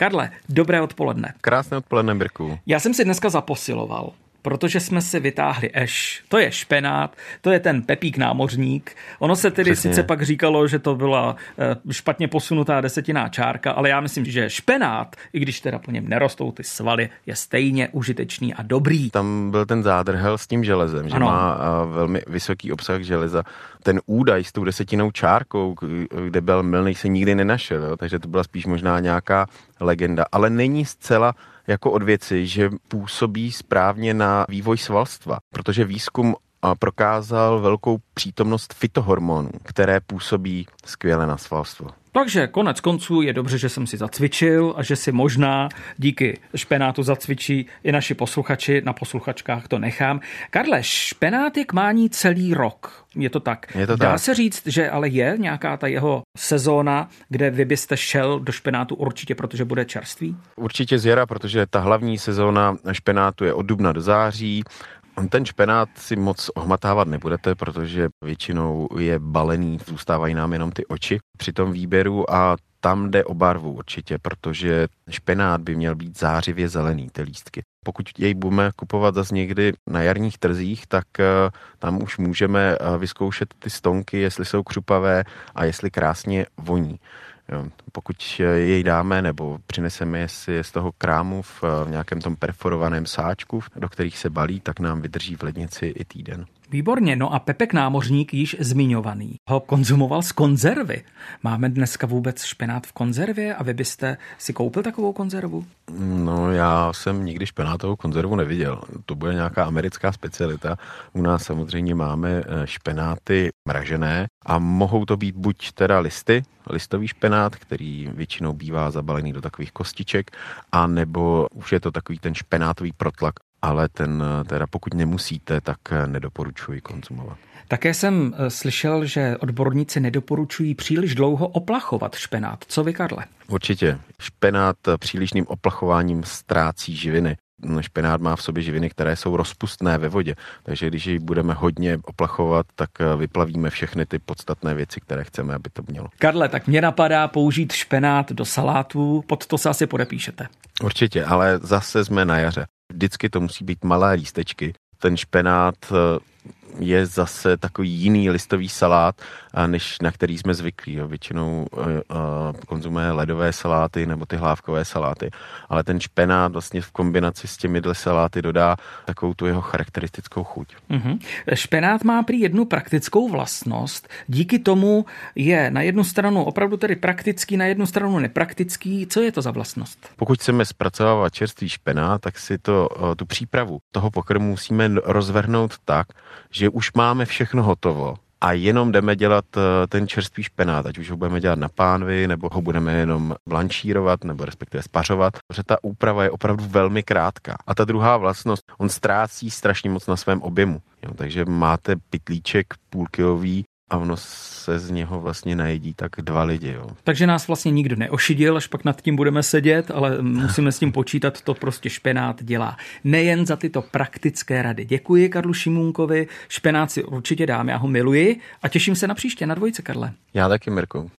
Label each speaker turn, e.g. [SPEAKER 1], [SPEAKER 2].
[SPEAKER 1] Karle, dobré odpoledne.
[SPEAKER 2] Krásné odpoledne, Mirku.
[SPEAKER 1] Já jsem si dneska zaposiloval, protože jsme si vytáhli to je špenát, to je ten Pepík námořník. Ono se tedy sice pak říkalo, že to byla špatně posunutá desetinná čárka, ale já myslím, že špenát, i když teda po něm nerostou ty svaly, je stejně užitečný a dobrý.
[SPEAKER 2] Tam byl ten zádrhel s tím železem, že má velmi vysoký obsah železa. Ten údaj s tou desetinnou čárkou, kde byl mylnej, se nikdy nenašel, jo? Takže to byla spíš možná nějaká legenda, ale není zcela jako od věci, že působí správně na vývoj svalstva, protože výzkum prokázal velkou přítomnost fytohormonů, které působí skvěle na svalstvo.
[SPEAKER 1] Takže konec konců je dobře, že jsem si zacvičil a že si možná díky špenátu zacvičí i naši posluchači. Na posluchačkách to nechám. Karle, špenát je k mání celý rok. Je to tak? Dá se říct, že ale je nějaká ta jeho sezóna, kde vy byste šel do špenátu určitě, protože bude čerstvý?
[SPEAKER 2] Určitě z jara, protože ta hlavní sezóna špenátu je od dubna do září. Ten špenát si moc ohmatávat nebudete, protože většinou je balený, zůstávají nám jenom ty oči při tom výběru a tam jde o barvu určitě, protože špenát by měl být zářivě zelený, ty lístky. Pokud jej budeme kupovat zase někdy na jarních trzích, tak tam už můžeme vyzkoušet ty stonky, jestli jsou křupavé a jestli krásně voní. Jo, pokud jej dáme nebo přineseme je z toho krámu v nějakém tom perforovaném sáčku, do kterých se balí, tak nám vydrží v lednici i týden.
[SPEAKER 1] Výborně, no a Pepek námořník již zmiňovaný. Ho konzumoval z konzervy. Máme dneska vůbec špenát v konzervě a vy byste si koupil takovou konzervu?
[SPEAKER 2] No, já jsem nikdy špenátovou konzervu neviděl. To bude nějaká americká specialita. U nás samozřejmě máme špenáty mražené a mohou to být buď teda listový špenát, který většinou bývá zabalený do takových kostiček, a nebo už je to takový ten špenátový protlak, ale ten teda pokud nemusíte, tak nedoporučuji konzumovat.
[SPEAKER 1] Také jsem slyšel, že odborníci nedoporučují příliš dlouho oplachovat špenát. Co vy, Karle?
[SPEAKER 2] Určitě. Špenát přílišným oplachováním ztrácí živiny. Špenát má v sobě živiny, které jsou rozpustné ve vodě, takže když ji budeme hodně oplachovat, tak vyplavíme všechny ty podstatné věci, které chceme, aby to mělo.
[SPEAKER 1] Karle, tak mě napadá použít špenát do salátů, pod to se asi podepíšete.
[SPEAKER 2] Určitě, ale zase jsme na jaře. Vždycky to musí být malé lístečky. Ten špenát je zase takový jiný listový salát, než na který jsme zvyklí. Jo. Většinou konzumujeme ledové saláty nebo ty hlávkové saláty, ale ten špenát vlastně v kombinaci s těmihle saláty dodá takovou tu jeho charakteristickou chuť.
[SPEAKER 1] Mm-hmm. Špenát má prý jednu praktickou vlastnost. Díky tomu je na jednu stranu opravdu tedy praktický, na jednu stranu nepraktický. Co je to za vlastnost?
[SPEAKER 2] Pokud chceme zpracovávat čerstvý špenát, tak si tu přípravu toho pokrmu musíme rozvrhnout tak, že už máme všechno hotovo a jenom jdeme dělat ten čerstvý špenát, ať už ho budeme dělat na pánvi, nebo ho budeme jenom blanšírovat, nebo respektive spařovat, protože ta úprava je opravdu velmi krátká. A ta druhá vlastnost, on ztrácí strašně moc na svém objemu. Jo, takže máte pytlíček půlkilový a ono se z něho vlastně najedí tak 2 lidi. Jo.
[SPEAKER 1] Takže nás vlastně nikdo neošidil, až pak nad tím budeme sedět, ale musíme s tím počítat, to prostě špenát dělá. Nejen za tyto praktické rady. Děkuji Karlu Šimůnkovi, špenát si určitě dám, já ho miluji a těším se na příště na Dvojce, Karle.
[SPEAKER 2] Já taky, Mirko.